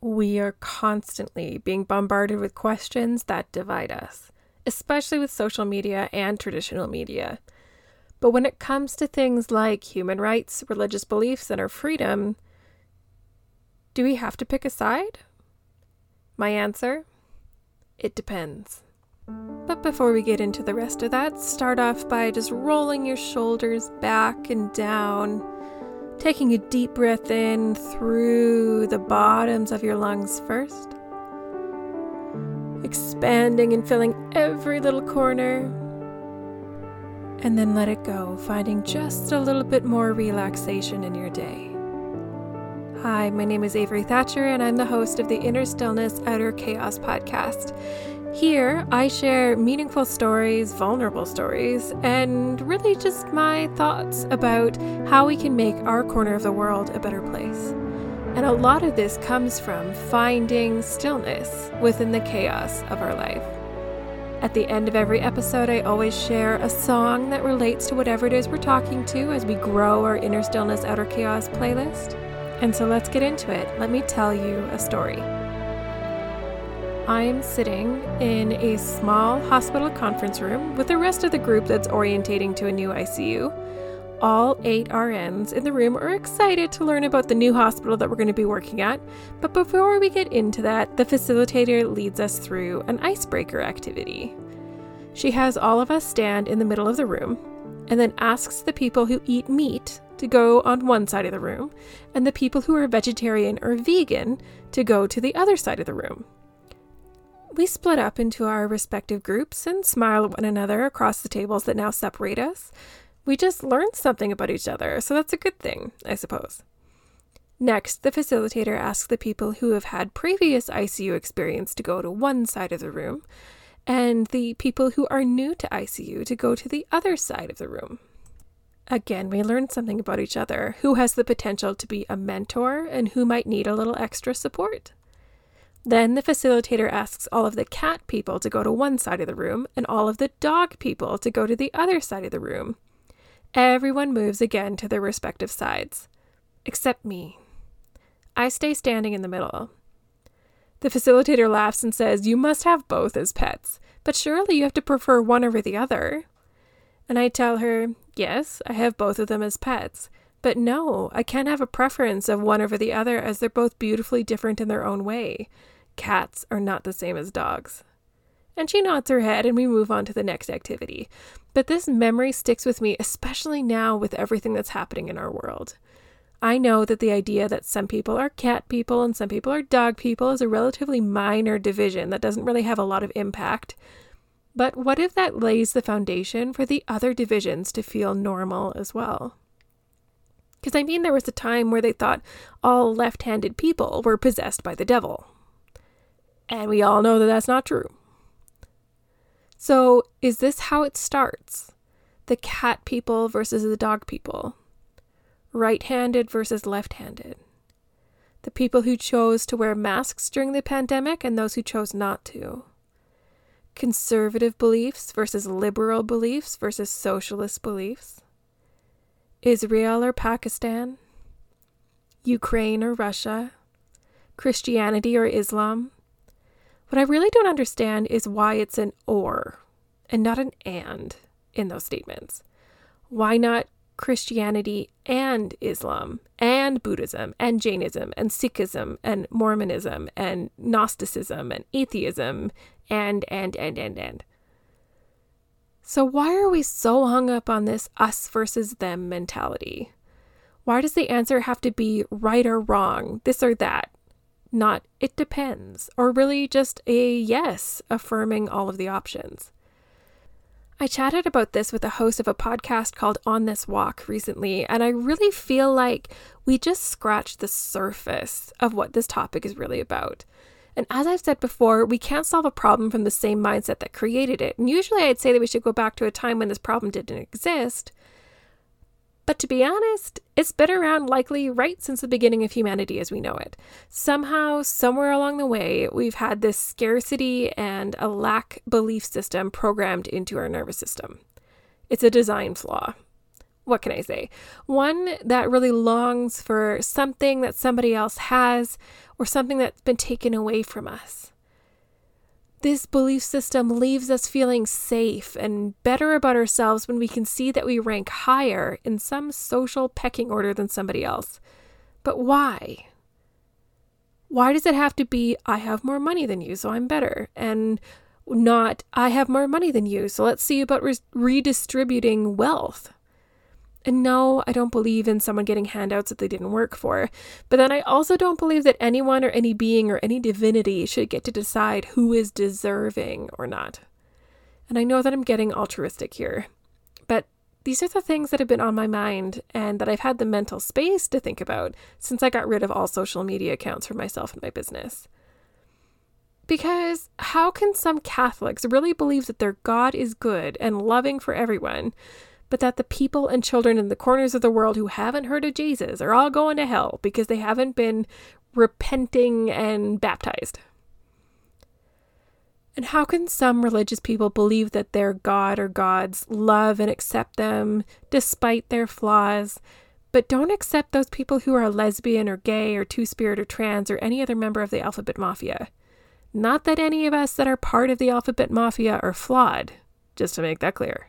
We are constantly being bombarded with questions that divide us, especially with social media and traditional media. But when it comes to things like human rights, religious beliefs, and our freedom, do we have to pick a side? My answer? It depends. But before we get into the rest of that, start off by just rolling your shoulders back and down, taking a deep breath in through the bottoms of your lungs first, expanding and filling every little corner, and then let it go, finding just a little bit more relaxation in your day. Hi, my name is Avery Thatcher, and I'm the host of the Inner Stillness, Outer Chaos podcast. Here, I share meaningful stories, vulnerable stories, and really just my thoughts about how we can make our corner of the world a better place. And a lot of this comes from finding stillness within the chaos of our life. At the end of every episode, I always share a song that relates to whatever it is we're talking to as we grow our Inner Stillness, Outer Chaos playlist. And so let's get into it. Let me tell you a story. I'm sitting in a small hospital conference room with the rest of the group that's orientating to a new ICU. All 8 RNs in the room are excited to learn about the new hospital that we're going to be working at. But before we get into that, the facilitator leads us through an icebreaker activity. She has all of us stand in the middle of the room and then asks the people who eat meat to go on one side of the room and the people who are vegetarian or vegan to go to the other side of the room. We split up into our respective groups and smile at one another across the tables that now separate us. We just learned something about each other, so that's a good thing, I suppose. Next, the facilitator asks the people who have had previous ICU experience to go to one side of the room, and the people who are new to ICU to go to the other side of the room. Again, we learned something about each other, who has the potential to be a mentor and who might need a little extra support. Then the facilitator asks all of the cat people to go to one side of the room and all of the dog people to go to the other side of the room. Everyone moves again to their respective sides, except me. I stay standing in the middle. The facilitator laughs and says, "You must have both as pets, but surely you have to prefer one over the other." And I tell her, yes, I have both of them as pets, but no, I can't have a preference of one over the other as they're both beautifully different in their own way. Cats are not the same as dogs. And she nods her head and we move on to the next activity. But this memory sticks with me, especially now with everything that's happening in our world. I know that the idea that some people are cat people and some people are dog people is a relatively minor division that doesn't really have a lot of impact. But what if that lays the foundation for the other divisions to feel normal as well? Because there was a time where they thought all left-handed people were possessed by the devil. And we all know that that's not true. So is this how it starts? The cat people versus the dog people? Right-handed versus left-handed? The people who chose to wear masks during the pandemic and those who chose not to? Conservative beliefs versus liberal beliefs versus socialist beliefs? Israel or Pakistan? Ukraine or Russia? Christianity or Islam? What I really don't understand is why it's an or and not an and in those statements. Why not Christianity and Islam and Buddhism and Jainism and Sikhism and Mormonism and Gnosticism and atheism and. So why are we so hung up on this us versus them mentality? Why does the answer have to be right or wrong, this or that? Not it depends, or really just a yes, affirming all of the options. I chatted about this with the host of a podcast called On This Walk recently, and I really feel like we just scratched the surface of what this topic is really about. And as I've said before, we can't solve a problem from the same mindset that created it. And usually I'd say that we should go back to a time when this problem didn't exist. But to be honest, it's been around likely right since the beginning of humanity as we know it. Somehow, somewhere along the way, we've had this scarcity and a lack belief system programmed into our nervous system. It's a design flaw. what can I say? One that really longs for something that somebody else has or something that's been taken away from us. This belief system leaves us feeling safe and better about ourselves when we can see that we rank higher in some social pecking order than somebody else. But why? Why does it have to be, I have more money than you, so I'm better, and not, I have more money than you, so let's see about redistributing wealth? And no, I don't believe in someone getting handouts that they didn't work for. But then I also don't believe that anyone or any being or any divinity should get to decide who is deserving or not. And I know that I'm getting altruistic here, but these are the things that have been on my mind and that I've had the mental space to think about since I got rid of all social media accounts for myself and my business. Because how can some Catholics really believe that their God is good and loving for everyone, but that the people and children in the corners of the world who haven't heard of Jesus are all going to hell because they haven't been repenting and baptized? And how can some religious people believe that their God or gods love and accept them despite their flaws, but don't accept those people who are lesbian or gay or two-spirit or trans or any other member of the Alphabet Mafia? Not that any of us that are part of the Alphabet Mafia are flawed, just to make that clear.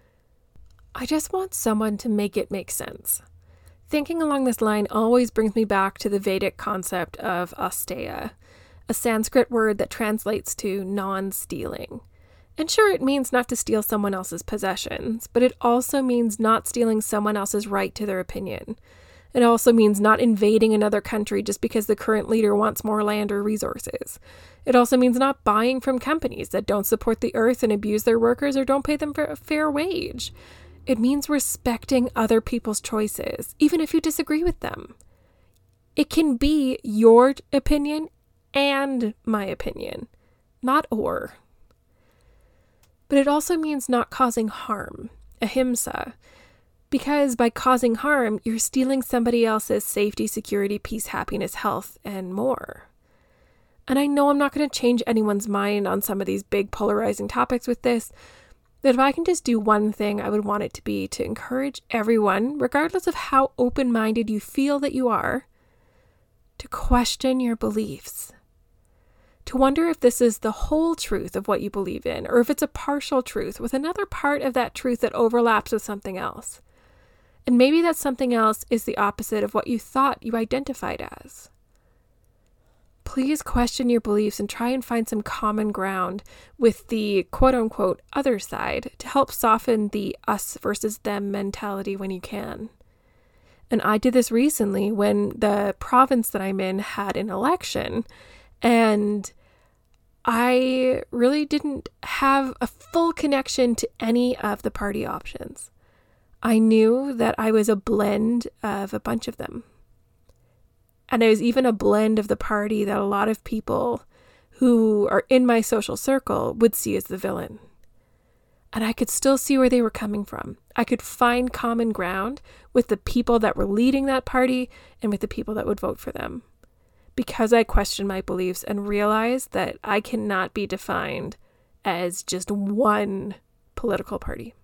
I just want someone to make it make sense. Thinking along this line always brings me back to the Vedic concept of asteya, a Sanskrit word that translates to non-stealing. And sure, it means not to steal someone else's possessions, but it also means not stealing someone else's right to their opinion. It also means not invading another country just because the current leader wants more land or resources. It also means not buying from companies that don't support the earth and abuse their workers or don't pay them for a fair wage. It means respecting other people's choices, even if you disagree with them. It can be your opinion and my opinion, not or. But it also means not causing harm, ahimsa, because by causing harm, you're stealing somebody else's safety, security, peace, happiness, health, and more. And I know I'm not going to change anyone's mind on some of these big polarizing topics with this, but if I can just do one thing, I would want it to be to encourage everyone, regardless of how open-minded you feel that you are, to question your beliefs. To wonder if this is the whole truth of what you believe in, or if it's a partial truth with another part of that truth that overlaps with something else. And maybe that something else is the opposite of what you thought you identified as. Please question your beliefs and try and find some common ground with the quote-unquote other side to help soften the us versus them mentality when you can. And I did this recently when the province that I'm in had an election, and I really didn't have a full connection to any of the party options. I knew that I was a blend of a bunch of them. And I was even a blend of the party that a lot of people who are in my social circle would see as the villain. And I could still see where they were coming from. I could find common ground with the people that were leading that party and with the people that would vote for them. Because I questioned my beliefs and realized that I cannot be defined as just one political party.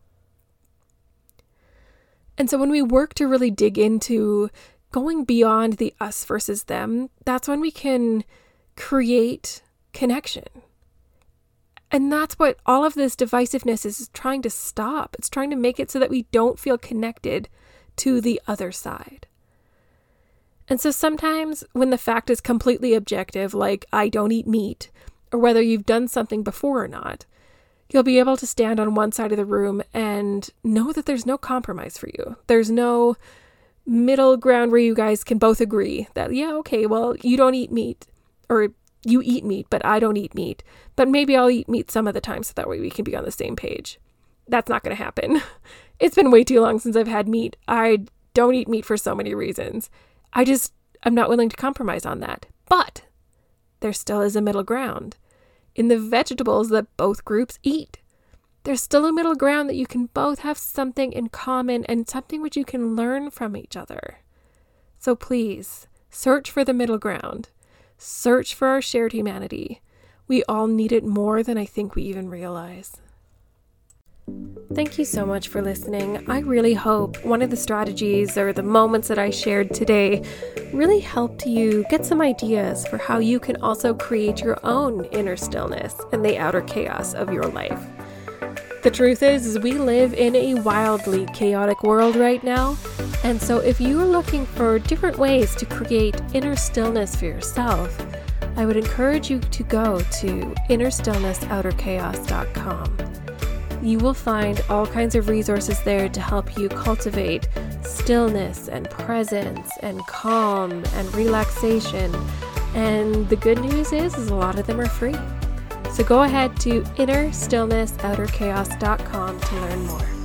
And so when we work to really dig into going beyond the us versus them, that's when we can create connection. And that's what all of this divisiveness is trying to stop. It's trying to make it so that we don't feel connected to the other side. And so sometimes when the fact is completely objective, like I don't eat meat, or whether you've done something before or not, you'll be able to stand on one side of the room and know that there's no compromise for you. There's no middle ground where you guys can both agree that, yeah, okay, well, you don't eat meat, or you eat meat, but I don't eat meat. But maybe I'll eat meat some of the time so that way we can be on the same page. That's not going to happen. It's been way too long since I've had meat. I don't eat meat for so many reasons. I'm not willing to compromise on that. But there still is a middle ground in the vegetables that both groups eat. There's still a middle ground that you can both have something in common and something which you can learn from each other. So please, search for the middle ground. Search for our shared humanity. We all need it more than I think we even realize. Thank you so much for listening. I really hope one of the strategies or the moments that I shared today really helped you get some ideas for how you can also create your own inner stillness in the outer chaos of your life. The truth is we live in a wildly chaotic world right now, and so if you are looking for different ways to create inner stillness for yourself, I would encourage you to go to innerstillnessouterchaos.com. You will find all kinds of resources there to help you cultivate stillness and presence and calm and relaxation. And the good news is a lot of them are free. So go ahead to innerstillnessouterchaos.com to learn more.